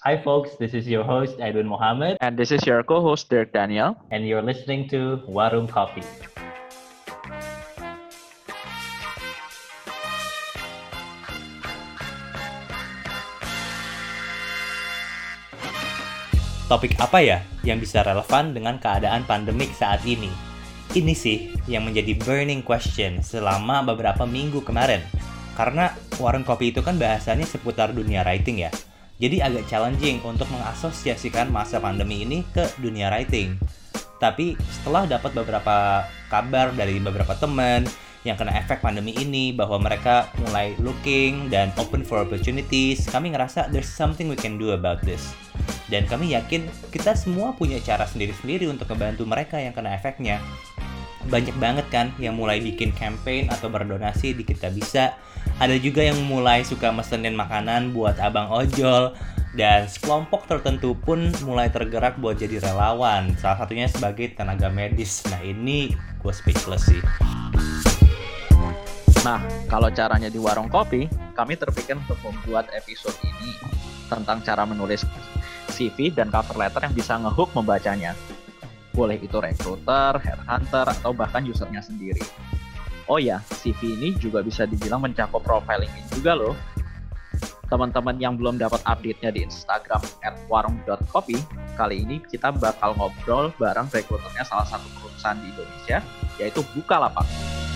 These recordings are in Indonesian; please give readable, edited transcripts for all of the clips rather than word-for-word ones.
Hi folks, this is your host Edwin Mohammed And this is your co-host, Dirk Daniel. and you're listening to Warung Coffee. Topik apa ya yang bisa relevan dengan keadaan pandemik saat ini? Ini sih yang menjadi burning question selama beberapa minggu kemarin. Karena warung kopi itu kan bahasanya seputar dunia writing ya. Jadi agak challenging untuk mengasosiasikan masa pandemi ini ke dunia writing. Tapi setelah dapat beberapa kabar dari beberapa teman yang kena efek pandemi ini bahwa mereka mulai looking dan open for opportunities, kami ngerasa there's something we can do about this. Dan kami yakin kita semua punya cara sendiri-sendiri untuk membantu mereka yang kena efeknya. Banyak banget kan yang mulai bikin campaign atau berdonasi di Kita Bisa. Ada juga yang mulai suka mesenin makanan buat abang ojol. Dan sekelompok tertentu pun mulai tergerak buat jadi relawan. Salah satunya sebagai tenaga medis. Nah ini gue speechless sih. Nah, kalau caranya di warung kopi, kami terpikir untuk membuat episode ini tentang cara menulis CV dan cover letter yang bisa ngehook membacanya. Boleh itu recruiter, headhunter, atau bahkan usernya sendiri. Oh ya, CV ini juga bisa dibilang mencakup profiling juga loh. Teman-teman yang belum dapat update-nya di Instagram @warung.coffee, kali ini kita bakal ngobrol bareng rekruternya salah satu perusahaan di Indonesia, yaitu Bukalapak.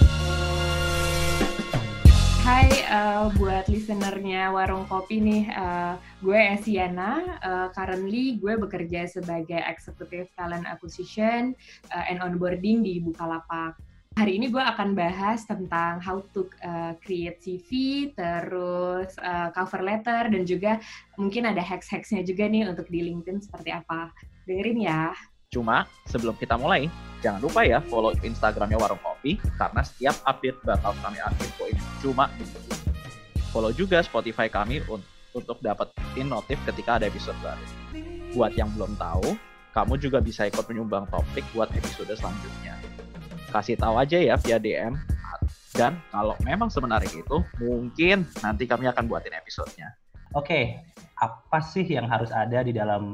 Hai, buat listenernya Warung Kopi nih, gue Esiana. Currently gue bekerja sebagai Executive Talent Acquisition and Onboarding di Bukalapak. Hari ini gue akan bahas tentang how to create CV, terus cover letter, dan juga mungkin ada hacks-hacksnya juga nih untuk di LinkedIn seperti apa. Dengerin ya. Cuma sebelum kita mulai, jangan lupa ya follow Instagramnya Warung Kopi, karena setiap update bakal kami infoin cuma di situ. Follow juga Spotify kami untuk dapetin notif ketika ada episode baru. Buat yang belum tahu, kamu juga bisa ikut menyumbang topik buat episode selanjutnya. Kasih tahu aja ya via DM, dan kalau memang semenarik itu, mungkin nanti kami akan buatin episodenya. Oke, apa sih yang harus ada di dalam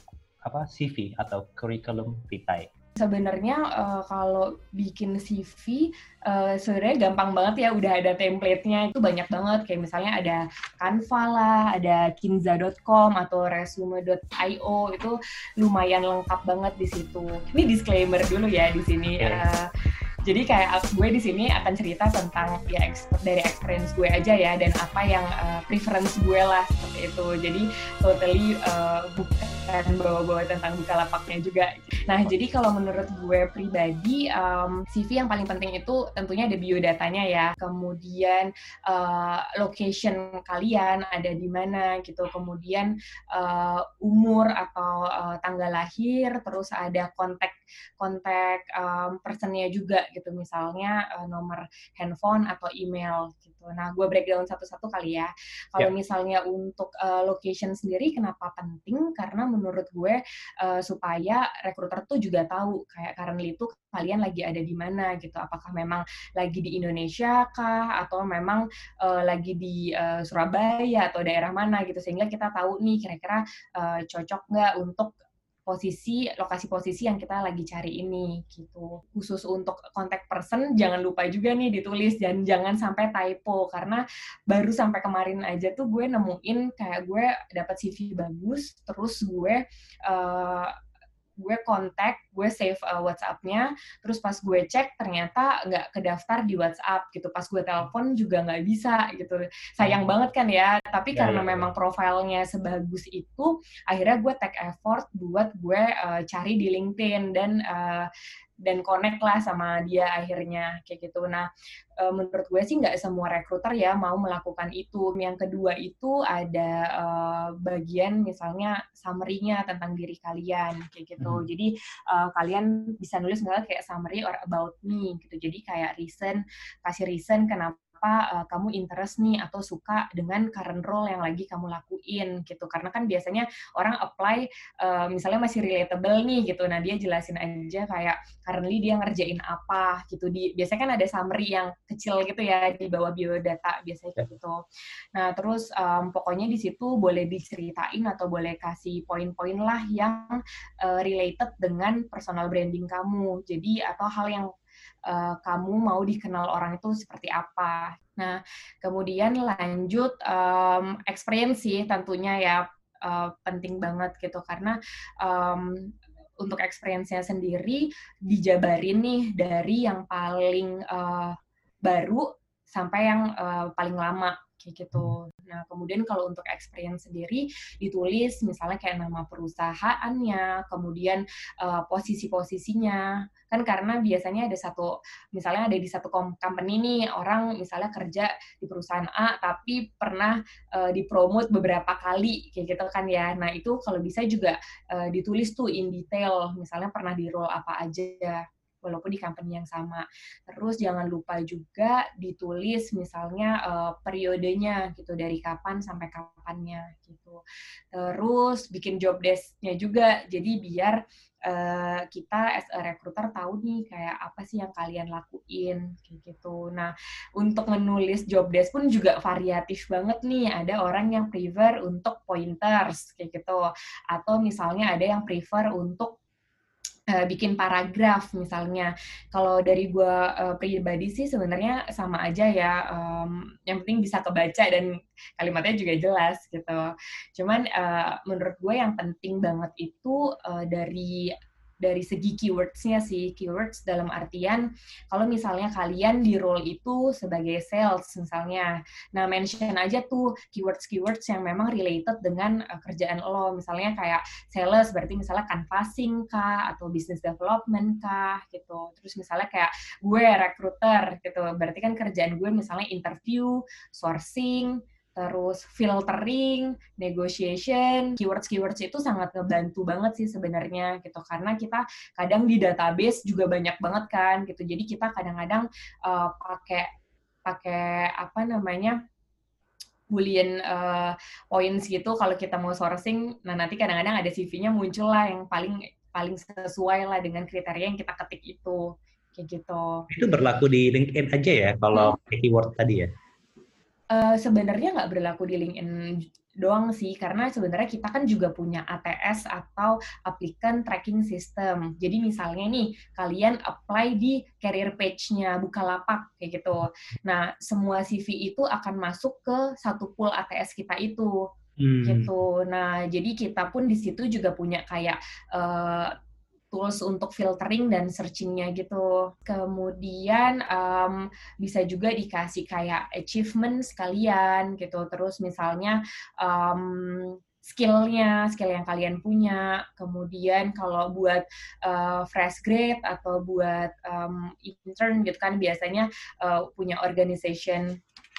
CV atau curriculum vitae? Sebenarnya kalau bikin CV sebenarnya gampang banget ya, udah ada template-nya, itu banyak banget, kayak misalnya ada Canva lah, ada kinza.com atau resume.io, itu lumayan lengkap banget di situ. Ini disclaimer dulu ya di sini. Jadi kayak gue di sini akan cerita tentang ya dari experience gue aja ya, dan apa yang preference gue lah seperti itu. Jadi totally bukan bawa-bawa tentang Bukalapaknya juga. Nah, jadi kalau menurut gue pribadi, CV yang paling penting itu tentunya ada biodatanya ya. Kemudian location kalian ada di mana gitu. Kemudian umur atau tanggal lahir, terus ada kontak personnya juga gitu, misalnya nomor handphone atau email gitu. Nah, gue breakdown satu-satu kali ya. Kalau misalnya untuk location sendiri, kenapa penting? Karena menurut gue supaya rekruter tuh juga tahu kayak currently itu kalian lagi ada di mana gitu. Apakah memang lagi di Indonesia kah, atau memang lagi di Surabaya atau daerah mana gitu, sehingga kita tahu nih kira-kira cocok nggak untuk lokasi posisi yang kita lagi cari ini gitu. Khusus untuk contact person jangan lupa juga nih ditulis, dan jangan sampai typo, karena baru sampai kemarin aja tuh gue nemuin kayak gue dapat CV bagus, terus gue kontak, gue save WhatsApp-nya, terus pas gue cek ternyata nggak kedaftar di WhatsApp gitu, pas gue telepon juga nggak bisa gitu. Sayang banget kan ya, tapi karena memang profilnya sebagus itu, akhirnya gue take effort buat gue cari di LinkedIn dan connect lah sama dia akhirnya kayak gitu. Nah, menurut gue sih nggak semua rekruter ya mau melakukan itu. Yang kedua itu ada bagian misalnya summary-nya tentang diri kalian kayak gitu. Jadi kalian bisa nulis misalnya kayak summary or about me gitu. Jadi kayak kasih reason kenapa kenapa kamu interest nih atau suka dengan current role yang lagi kamu lakuin gitu. Karena kan biasanya orang apply misalnya masih relatable nih gitu. Nah, dia jelasin aja kayak currently dia ngerjain apa gitu. Biasanya kan ada summary yang kecil gitu ya di bawah biodata biasanya kayak gitu. Nah, terus pokoknya di situ boleh diceritain atau boleh kasih poin-poin lah yang related dengan personal branding kamu. Jadi atau hal yang kamu mau dikenal orang itu seperti apa. Nah, kemudian lanjut experience sih tentunya ya penting banget gitu karena untuk experience-nya sendiri dijabarin nih dari yang paling baru sampai yang paling lama kayak gitu. Nah, kemudian kalau untuk experience sendiri ditulis misalnya kayak nama perusahaannya, kemudian posisi-posisinya. Kan karena biasanya misalnya ada di satu company nih, orang misalnya kerja di perusahaan A, tapi pernah dipromote beberapa kali, kayak gitu kan ya. Nah, itu kalau bisa juga ditulis tuh in detail, misalnya pernah di role apa aja, walaupun di company yang sama. Terus jangan lupa juga ditulis misalnya periodenya gitu, dari kapan sampai kapannya gitu. Terus bikin job desk-nya juga, jadi biar kita as a recruiter tahu nih kayak apa sih yang kalian lakuin kayak gitu. Nah, untuk menulis job desk pun juga variatif banget nih. Ada orang yang prefer untuk pointers kayak gitu, atau misalnya ada yang prefer untuk bikin paragraf misalnya. Kalau dari gue pribadi sih sebenarnya sama aja ya, yang penting bisa kebaca dan kalimatnya juga jelas gitu. Cuman menurut gue yang penting banget itu dari segi keywords-nya sih. Keywords dalam artian kalau misalnya kalian di role itu sebagai sales misalnya, nah mention aja tuh keywords-keywords yang memang related dengan kerjaan lo. Misalnya kayak sales berarti misalnya canvassing kah, atau business development kah, gitu. Terus misalnya kayak gue recruiter gitu, berarti kan kerjaan gue misalnya interview, sourcing, terus filtering, negotiation. Keywords itu sangat ngebantu banget sih sebenarnya gitu, karena kita kadang di database juga banyak banget kan gitu. Jadi kita kadang-kadang pakai apa namanya, Boolean points gitu kalau kita mau sourcing. Nah, nanti kadang-kadang ada CV-nya muncul lah yang paling sesuai lah dengan kriteria yang kita ketik itu. Kayak gitu. Itu berlaku di LinkedIn aja ya kalau keyword tadi ya? Sebenarnya nggak berlaku di LinkedIn doang sih, karena sebenarnya kita kan juga punya ATS atau Applicant Tracking System. Jadi misalnya nih, kalian apply di career page-nya Bukalapak, kayak gitu. Nah, semua CV itu akan masuk ke satu pool ATS kita itu. Gitu. Nah, jadi kita pun di situ juga punya kayak tools untuk filtering dan searching-nya gitu. Kemudian bisa juga dikasih kayak achievement sekalian gitu. Terus misalnya skill yang kalian punya. Kemudian kalau buat fresh grade atau buat intern gitu kan biasanya punya organization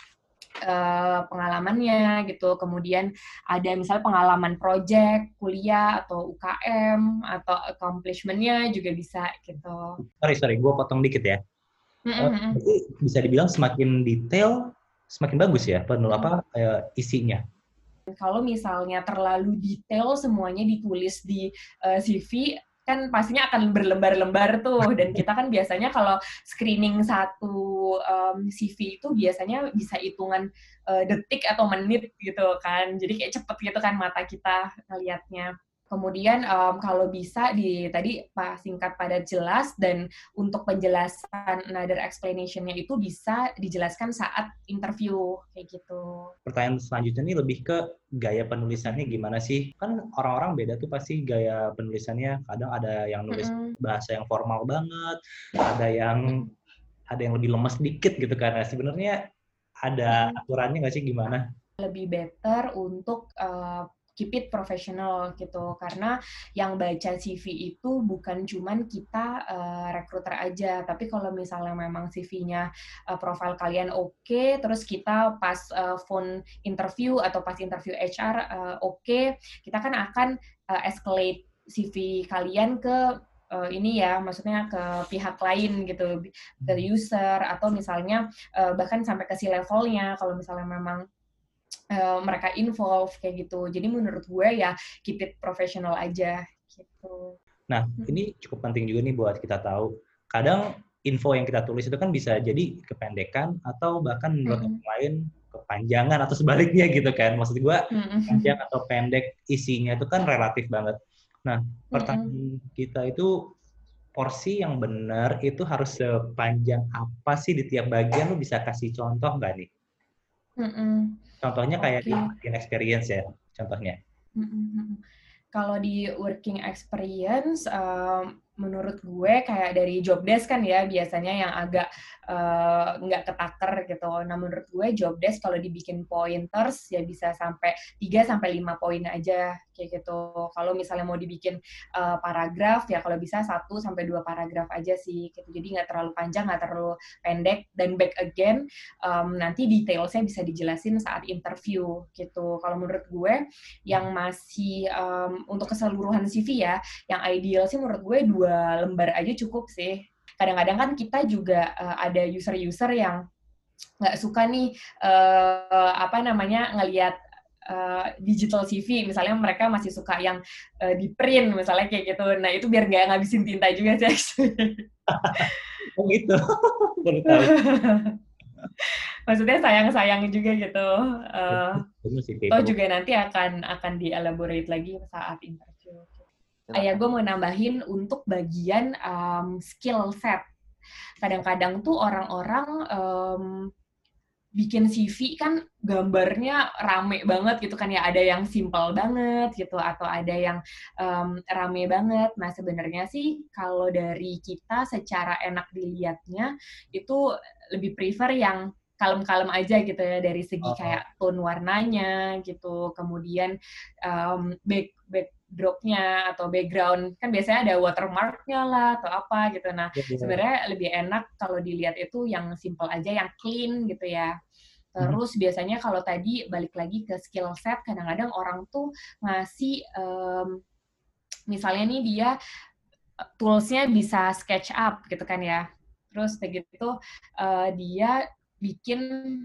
pengalamannya gitu, kemudian ada misalnya pengalaman project, kuliah, atau UKM, atau accomplishment-nya juga bisa gitu. Sorry, gue potong dikit ya. Jadi bisa dibilang semakin detail, semakin bagus ya isinya. Kalau misalnya terlalu detail semuanya ditulis di CV, kan pastinya akan berlembar-lembar tuh, dan kita kan biasanya kalau screening satu CV itu biasanya bisa hitungan detik atau menit gitu kan, jadi kayak cepet gitu kan mata kita ngelihatnya. Kemudian kalau bisa tadi singkat padat jelas, dan untuk penjelasan another explanation-nya itu bisa dijelaskan saat interview kayak gitu. Pertanyaan selanjutnya ini lebih ke gaya penulisannya gimana sih? Kan orang-orang beda tuh pasti gaya penulisannya. Kadang ada yang nulis bahasa yang formal banget, ada yang lebih lemes dikit gitu kan. Nah, sebenarnya ada aturannya nggak sih gimana? Lebih better untuk keep it professional gitu, karena yang baca CV itu bukan cuman kita recruiter aja, tapi kalau misalnya memang CV-nya profile kalian oke, terus kita pas phone interview atau pas interview HR oke, kita kan akan escalate CV kalian ke ini ya, maksudnya ke pihak lain gitu, ke user atau misalnya bahkan sampai ke si levelnya kalau misalnya memang mereka involve kayak gitu. Jadi menurut gue ya keep it professional aja gitu. Nah, ini cukup penting juga nih buat kita tahu. Kadang info yang kita tulis itu kan bisa jadi kependekan atau bahkan menurut orang lain kepanjangan atau sebaliknya gitu kan. Maksud gue panjang atau pendek isinya itu kan relatif banget. Nah, pertanyaan kita itu porsi yang benar itu harus sepanjang apa sih di tiap bagian? Lu bisa kasih contoh nggak nih? Contohnya kayak di working experience ya, contohnya. Kalau di working experience, menurut gue kayak dari job desk kan ya biasanya yang agak nggak ketaker gitu. Nah menurut gue job desk kalau dibikin pointers ya bisa sampai 3-5 poin aja kayak gitu. Kalau misalnya mau dibikin paragraf ya kalau bisa 1-2 paragraf aja sih gitu. Jadi nggak terlalu panjang, nggak terlalu pendek, dan back again nanti detailsnya bisa dijelasin saat interview gitu. Kalau menurut gue yang masih untuk keseluruhan CV ya, yang ideal sih menurut gue 2 lembar aja cukup sih. Kadang-kadang kan kita juga ada user-user yang nggak suka nih ngelihat digital CV, misalnya mereka masih suka yang di print misalnya kayak gitu. Nah itu biar nggak ngabisin tinta juga sih. Oh gitu, baru tahu. Maksudnya sayang-sayang juga gitu. Toh juga nanti akan di-elaborate lagi saat interview. Ya, gue mau nambahin untuk bagian skill set. Kadang-kadang tuh orang-orang bikin CV kan gambarnya rame banget gitu kan ya, ada yang simple banget gitu atau ada yang rame banget. Nah sebenarnya sih kalau dari kita secara enak dilihatnya itu lebih prefer yang kalem-kalem aja gitu ya, dari segi kayak tone warnanya gitu, kemudian backdropnya atau background kan biasanya ada watermarknya lah atau apa gitu. Nah sebenarnya lebih enak kalau dilihat itu yang simple aja, yang clean gitu ya. Terus biasanya kalau tadi balik lagi ke skill set, kadang-kadang orang tuh ngasih misalnya nih dia tools-nya bisa SketchUp gitu kan ya. Terus begitu dia bikin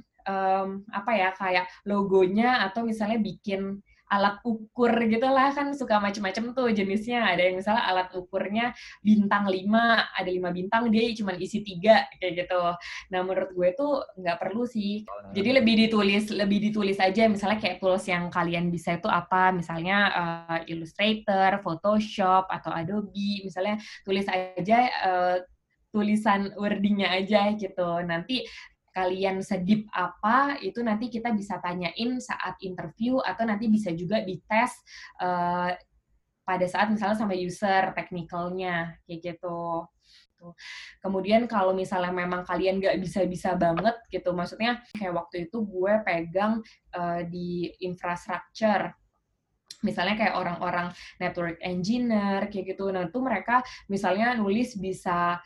kayak logonya atau misalnya bikin alat ukur gitu lah, kan suka macam-macam tuh jenisnya. Ada yang misalnya alat ukurnya bintang 5, ada 5 bintang, dia cuma isi 3 kayak gitu. Nah menurut gue tuh nggak perlu sih. Jadi lebih ditulis aja, misalnya kayak tools yang kalian bisa itu apa, misalnya Illustrator, Photoshop, atau Adobe, misalnya tulis aja tulisan wording-nya aja gitu. Nanti kalian sedip apa, itu nanti kita bisa tanyain saat interview, atau nanti bisa juga dites pada saat misalnya sama user technical-nya, kayak gitu. Kemudian kalau misalnya memang kalian nggak bisa-bisa banget gitu, maksudnya kayak waktu itu gue pegang di infrastructure, misalnya kayak orang-orang network engineer kayak gitu. Nah itu mereka misalnya nulis bisa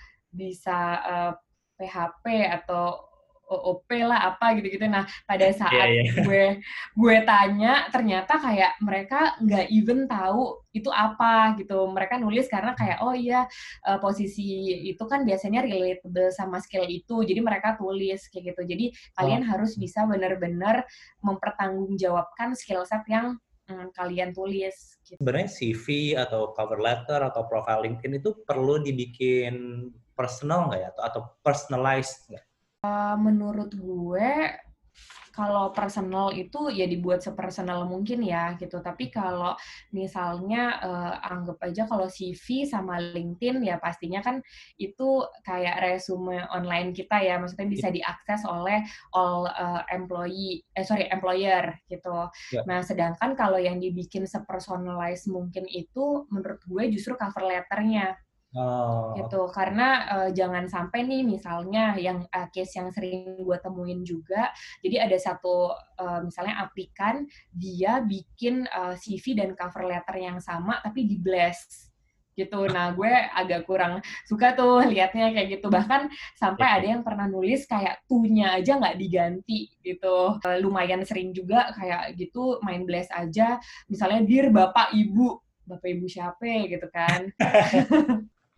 PHP atau OOP lah apa gitu-gitu. Nah pada saat gue tanya, ternyata kayak mereka nggak even tahu itu apa gitu. Mereka nulis karena kayak oh iya posisi itu kan biasanya relatable sama skill itu, jadi mereka tulis kayak gitu. Jadi kalian harus bisa benar-benar mempertanggungjawabkan skill set yang kalian tulis. Gitu. Sebenarnya CV atau cover letter atau profile LinkedIn itu perlu dibikin personal nggak ya? Atau personalized nggak? Menurut gue, kalau personal itu ya dibuat sepersonal mungkin ya gitu. Tapi kalau misalnya anggap aja kalau CV sama LinkedIn ya pastinya kan itu kayak resume online kita ya. Maksudnya bisa diakses oleh all employer gitu. Yeah. Nah sedangkan kalau yang dibikin sepersonalized mungkin itu menurut gue justru cover letternya. Gitu, karena jangan sampai nih misalnya yang case yang sering gue temuin juga, jadi ada satu misalnya aplikan dia bikin CV dan cover letter yang sama tapi di blast gitu. Nah gue agak kurang suka tuh liatnya kayak gitu, bahkan sampai ada yang pernah nulis kayak to-nya aja nggak diganti gitu. Lumayan sering juga kayak gitu main blast aja, misalnya dear bapak ibu siapa gitu kan.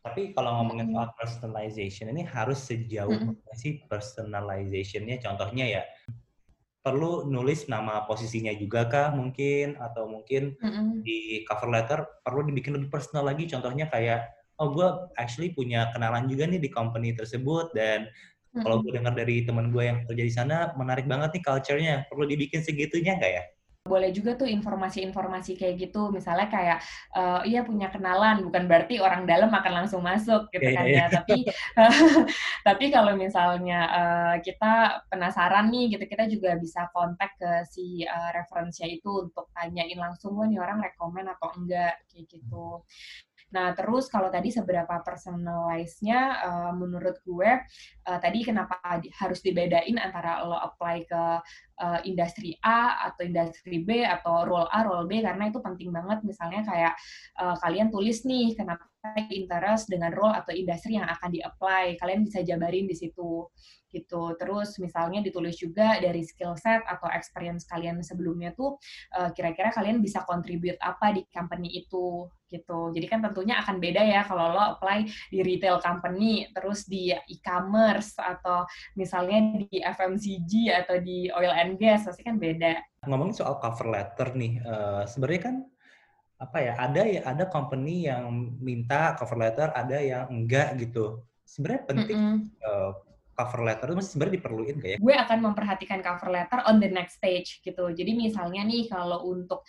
Tapi kalau ngomongin Mm-mm. soal personalization ini harus sejauh Mm-mm. mana sih personalization-nya? Contohnya ya, perlu nulis nama posisinya juga kah mungkin? Atau mungkin Mm-mm. di cover letter perlu dibikin lebih personal lagi? Contohnya kayak, oh gue actually punya kenalan juga nih di company tersebut, dan kalau gue Mm-mm. dengar dari teman gue yang kerja di sana, menarik banget nih culture-nya. Perlu dibikin segitunya nggak ya? Boleh juga tuh informasi-informasi kayak gitu, misalnya kayak iya punya kenalan, bukan berarti orang dalam akan langsung masuk gitu Iya, iya, kan iya. ya. Tapi tapi kalau misalnya kita penasaran nih gitu, kita juga bisa kontak ke si reference-nya itu untuk tanyain langsung, wah nih orang rekomen atau enggak kayak gitu. Nah, terus kalau tadi seberapa personalize-nya, menurut gue, tadi kenapa harus dibedain antara lo apply ke industri A atau industri B atau role A, role B, karena itu penting banget. Misalnya kayak kalian tulis nih, kenapa interest dengan role atau industri yang akan di-apply. Kalian bisa jabarin di situ gitu. Terus misalnya ditulis juga dari skill set atau experience kalian sebelumnya tuh kira-kira kalian bisa contribute apa di company itu gitu. Jadi kan tentunya akan beda ya kalau lo apply di retail company, terus di e-commerce atau misalnya di FMCG atau di oil and gas, pasti kan beda. Ngomongin soal cover letter nih, sebenarnya kan apa ya, ada company yang minta cover letter, ada yang enggak gitu. Sebenarnya penting Mm-mm. cover letter itu masih sebenarnya diperluin nggak ya? Gue akan memperhatikan cover letter on the next stage gitu. Jadi misalnya nih kalau untuk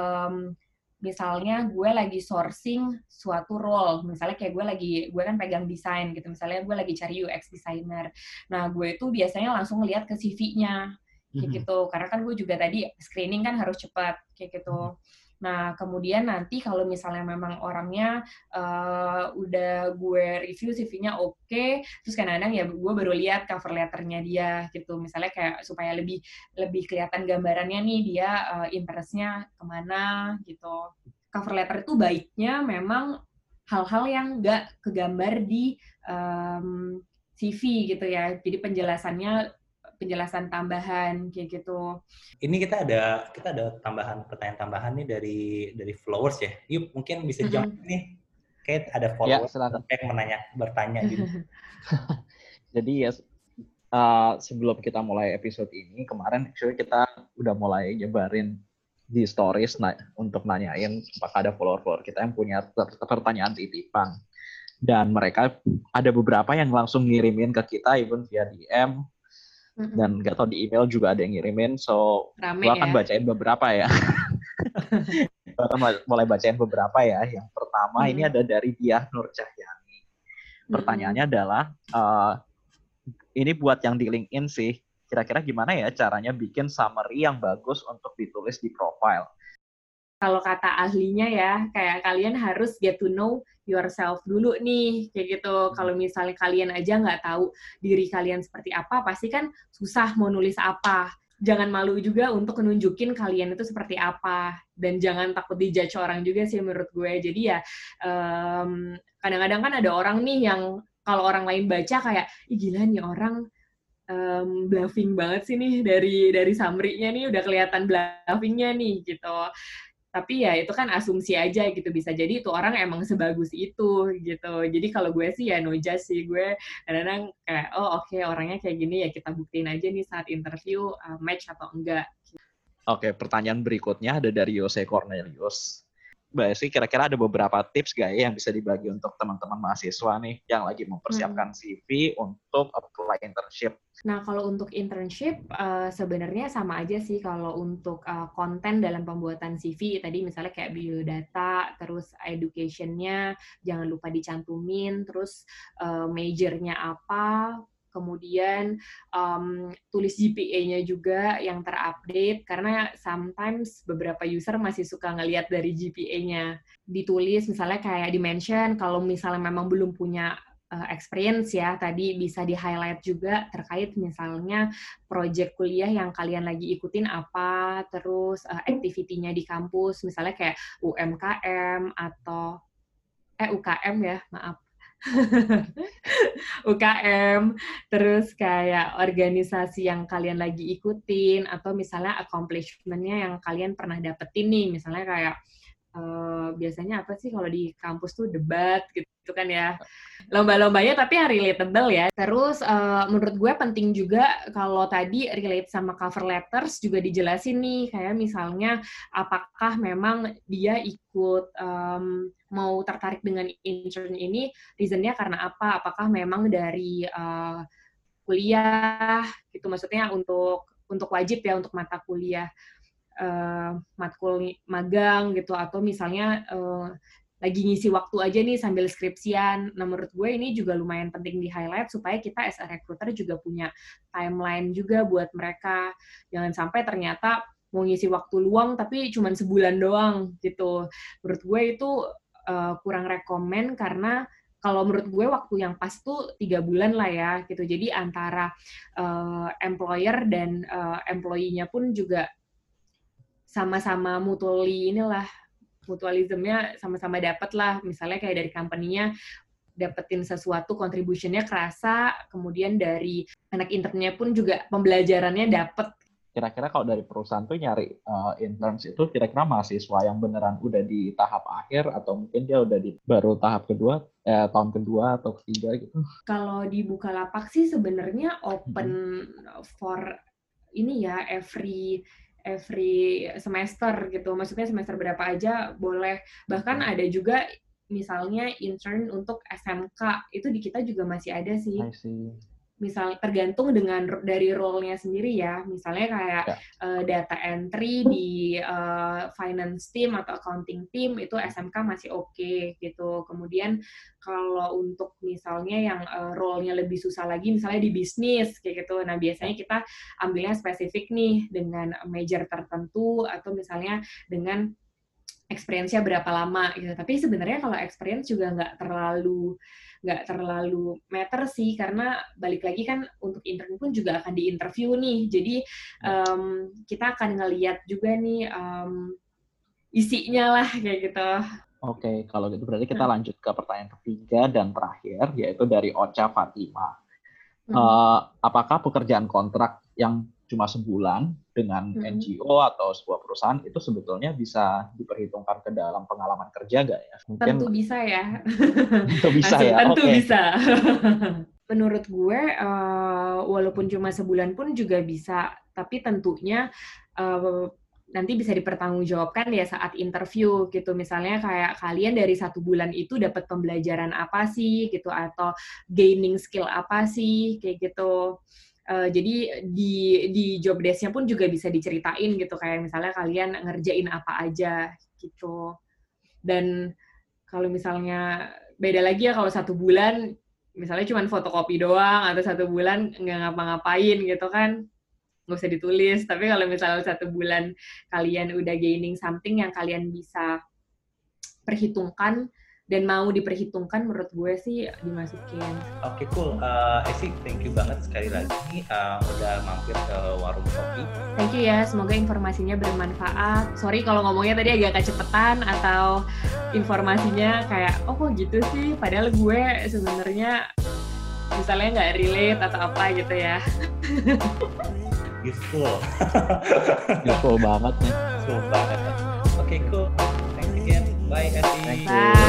misalnya gue lagi sourcing suatu role, misalnya kayak gue kan pegang desain gitu, misalnya gue lagi cari UX designer. Nah, gue itu biasanya langsung lihat ke CV-nya kayak gitu, karena kan gue juga tadi screening kan harus cepat kayak gitu. Nah, kemudian nanti kalau misalnya memang orangnya udah gue review CV-nya oke, terus kadang-kadang ya gue baru lihat cover letternya dia gitu, misalnya kayak supaya lebih lebih kelihatan gambarannya nih dia interest-nya kemana gitu. Cover letter itu baiknya memang hal-hal yang nggak kegambar di CV gitu ya, jadi penjelasan tambahan kayak gitu. Ini kita ada pertanyaan tambahan nih dari followers ya. Yuk mungkin bisa jump Mm-mm. nih. Kayak ada Ya, followers silakan. yang bertanya juga. Jadi ya sebelum kita mulai episode ini, kemarin actually kita udah mulai nyebarin di stories untuk nanyain apakah ada follower-follower kita yang punya pertanyaan titipan. Dan mereka ada beberapa yang langsung ngirimin ke kita, even via DM, dan nggak tahu di email juga ada yang ngirimin. So, Rame gue akan ya. bacain beberapa ya. Gue akan mulai bacain beberapa ya. Yang pertama ini ada dari Diah Nur Cahyani. Pertanyaannya adalah, ini buat yang di LinkedIn sih, kira-kira gimana ya caranya bikin summary yang bagus untuk ditulis di profile? Kalau kata ahlinya ya, kayak kalian harus get to know yourself dulu nih, kayak gitu. Kalau misalnya kalian aja nggak tahu diri kalian seperti apa, pasti kan susah mau nulis apa. Jangan malu juga untuk menunjukin kalian itu seperti apa. Dan jangan takut dijudge orang juga sih menurut gue. Jadi ya, kadang-kadang kan ada orang nih yang kalau orang lain baca kayak, ih gila nih orang bluffing banget sih nih dari summary-nya nih udah kelihatan bluffingnya nih gitu. Tapi ya itu kan asumsi aja gitu, bisa jadi itu orang emang sebagus itu gitu. Jadi kalau gue sih ya no judge sih, gue kadang-kadang kayak oh oke, orangnya kayak gini ya kita buktiin aja nih saat interview match atau enggak. Oke, pertanyaan berikutnya ada dari Yose Cornelius. Mbak Esi, kira-kira ada beberapa tips gak ya yang bisa dibagi untuk teman-teman mahasiswa nih yang lagi mempersiapkan CV untuk apply internship? Nah, kalau untuk internship sebenarnya sama aja sih kalau untuk konten dalam pembuatan CV tadi misalnya kayak biodata, terus education-nya jangan lupa dicantumin, terus major-nya apa, kemudian tulis GPA-nya juga yang terupdate karena sometimes beberapa user masih suka ngelihat dari GPA-nya. Ditulis misalnya kayak di-mention kalau misalnya memang belum punya experience ya, tadi bisa di-highlight juga terkait misalnya project kuliah yang kalian lagi ikutin apa, terus activity-nya di kampus, misalnya kayak UMKM atau UKM ya, maaf. UKM, terus kayak organisasi yang kalian lagi ikutin, atau misalnya accomplishment-nya yang kalian pernah dapetin nih, misalnya kayak biasanya apa sih kalau di kampus tuh debat gitu kan ya, lomba-lombanya tapi yang relatable ya. Terus menurut gue penting juga kalau tadi relate sama cover letters juga dijelasin nih, kayak misalnya apakah memang dia ikut mau tertarik dengan intern ini, reasonnya karena apa, apakah memang dari kuliah gitu, maksudnya untuk wajib ya, untuk mata kuliah, matkul magang gitu, atau misalnya lagi ngisi waktu aja nih sambil skripsian. Nah, menurut gue ini juga lumayan penting di-highlight supaya kita as a recruiter juga punya timeline juga buat mereka. Jangan sampai ternyata mau ngisi waktu luang tapi cuma sebulan doang gitu. Menurut gue itu kurang rekomen, karena kalau menurut gue waktu yang pas tuh 3 bulan lah ya gitu. Jadi antara employer dan employee-nya pun juga sama-sama mutualismnya sama-sama dapat lah. Misalnya kayak dari company-nya dapetin sesuatu, contribution-nya kerasa, kemudian dari anak internnya pun juga pembelajarannya dapet. Kira-kira kalau dari perusahaan tuh nyari interns itu kira-kira mahasiswa yang beneran udah di tahap akhir atau mungkin dia udah di baru tahap kedua, tahun kedua atau ketiga gitu? Kalau di Bukalapak sih sebenarnya open for ini ya, every semester gitu. Maksudnya semester berapa aja boleh. Bahkan ada juga misalnya intern untuk SMK, itu di kita juga masih ada sih. Misal tergantung dari role-nya sendiri ya. Misalnya kayak data entry di finance team atau accounting team itu SMK masih oke gitu. Kemudian kalau untuk misalnya yang role-nya lebih susah lagi, misalnya di bisnis kayak gitu. Nah, biasanya kita ambilnya spesifik nih dengan major tertentu atau misalnya dengan experience-nya berapa lama gitu. Tapi sebenarnya kalau experience juga nggak terlalu matter sih, karena balik lagi kan untuk intern pun juga akan di-interview nih. Jadi kita akan ngeliat juga nih isinya lah kayak gitu. Oke, kalau gitu berarti kita lanjut ke pertanyaan ketiga dan terakhir, yaitu dari Ocha Fatima. Apakah pekerjaan kontrak yang cuma sebulan dengan NGO atau sebuah perusahaan itu sebetulnya bisa diperhitungkan ke dalam pengalaman kerja nggak ya? Mungkin tentu bisa ya. Tentu bisa ya. Tentu bisa. Menurut gue, walaupun cuma sebulan pun juga bisa, tapi tentunya nanti bisa dipertanggungjawabkan ya saat interview gitu. Misalnya kayak kalian dari 1 bulan itu dapat pembelajaran apa sih gitu, atau gaining skill apa sih kayak gitu. Jadi di job desk-nya pun juga bisa diceritain gitu, kayak misalnya kalian ngerjain apa aja gitu. Dan kalau misalnya beda lagi ya kalau 1 bulan, misalnya cuma fotokopi doang, atau 1 bulan nggak ngapa-ngapain gitu kan, nggak usah ditulis. Tapi kalau misalnya 1 bulan kalian udah gaining something yang kalian bisa perhitungkan dan mau diperhitungkan, menurut gue sih dimasukin. Oke, cool. Esi, thank you banget sekali lagi udah mampir ke Warung Kopi. Thank you ya, semoga informasinya bermanfaat. Sorry kalau ngomongnya tadi agak kecepetan atau informasinya kayak, oh kok gitu sih, padahal gue sebenarnya misalnya nggak relate atau apa gitu ya. Useful. Useful banget nih. Useful banget. Oke, cool. Thanks again. Bye, Esi. Thank you. Bye.